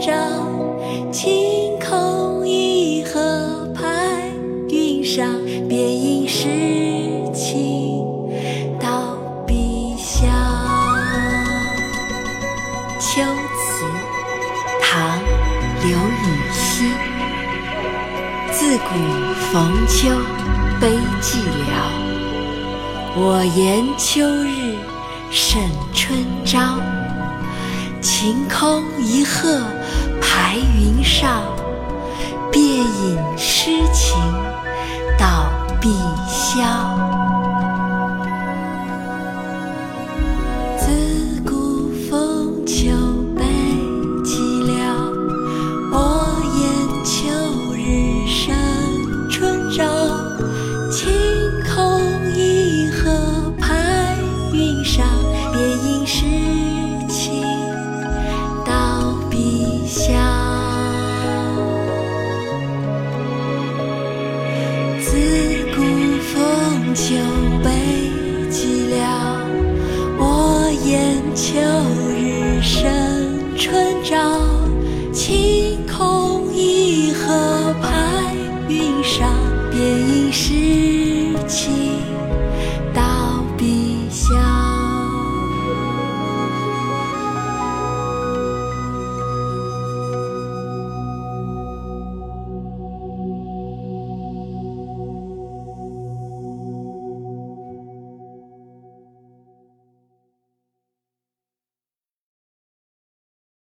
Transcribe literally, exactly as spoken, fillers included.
照，晴空一河排云上，便引诗情到笔下。秋词，唐·刘禹锡。自古逢秋悲寂寥，我言秋日胜春朝。晴空一鹤排云上，便引诗情到碧霄。自古逢秋悲寂寥，我言秋日胜春朝。晴空一鹤排云上，便引诗情到笔下。自古逢秋悲寂寥，我言秋日胜春朝。